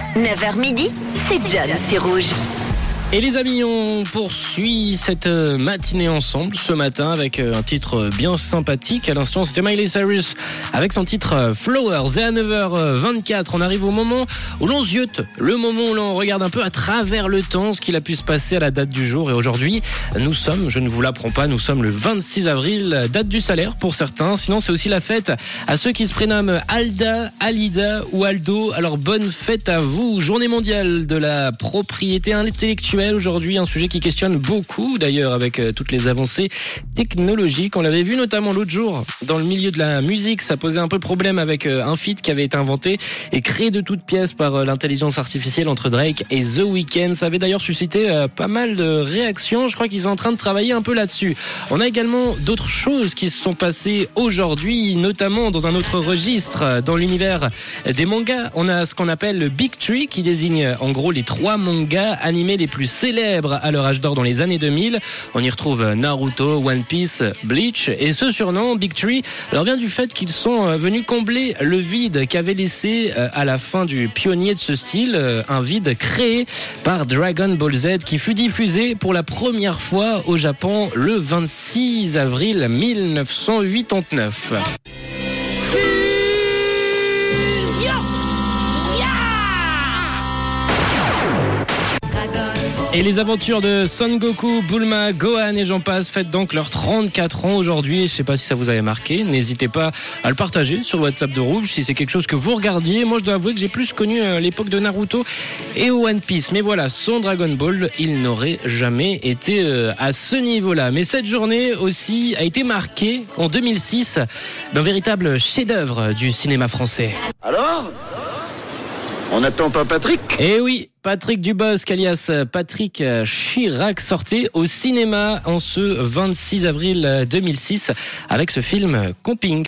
9h midi, c'est John sur Rouge. Et les amis, on poursuit cette matinée ensemble ce matin avec un titre bien sympathique. À l'instant, c'était Miley Cyrus avec son titre Flowers. Et à 9h24, on arrive au moment où l'on ziote, le moment où l'on regarde un peu à travers le temps ce qu'il a pu se passer à la date du jour. Et aujourd'hui, nous sommes, je ne vous l'apprends pas, nous sommes le 26 avril, date du salaire pour certains. Sinon, c'est aussi la fête à ceux qui se prénomment Alda, Alida ou Aldo. Alors, bonne fête à vous. Journée mondiale de la propriété intellectuelle. Aujourd'hui, un sujet qui questionne beaucoup d'ailleurs avec toutes les avancées technologiques. On l'avait vu notamment l'autre jour dans le milieu de la musique, ça posait un peu problème avec un feat qui avait été inventé et créé de toutes pièces par l'intelligence artificielle entre Drake et The Weeknd. Ça avait d'ailleurs suscité pas mal de réactions. Je crois qu'ils sont en train de travailler un peu là-dessus. On a également d'autres choses qui se sont passées aujourd'hui, notamment dans un autre registre, dans l'univers des mangas. On a ce qu'on appelle le Big Tree qui désigne en gros les 3 mangas animés les plus célèbres à leur âge d'or dans les années 2000. On y retrouve Naruto, One Piece, Bleach. Et ce surnom, Big Tree, alors vient du fait qu'ils sont venus combler le vide qu'avait laissé à la fin du pionnier de ce style, un vide créé par Dragon Ball Z qui fut diffusé pour la première fois au Japon le 26 avril 1989. Et les aventures de Son Goku, Bulma, Gohan et j'en passe fêtent donc leurs 34 ans aujourd'hui. Je sais pas si ça vous avait marqué. N'hésitez pas à le partager sur le WhatsApp de Rouge si c'est quelque chose que vous regardiez. Moi, je dois avouer que j'ai plus connu l'époque de Naruto et One Piece. Mais voilà, sans Dragon Ball, il n'aurait jamais été à ce niveau-là. Mais cette journée aussi a été marquée en 2006 d'un véritable chef-d'œuvre du cinéma français. Alors ? On n'attend pas Patrick ? Eh oui, Patrick Dubosc, alias Patrick Chirac, sortait au cinéma en ce 26 avril 2006 avec ce film Camping.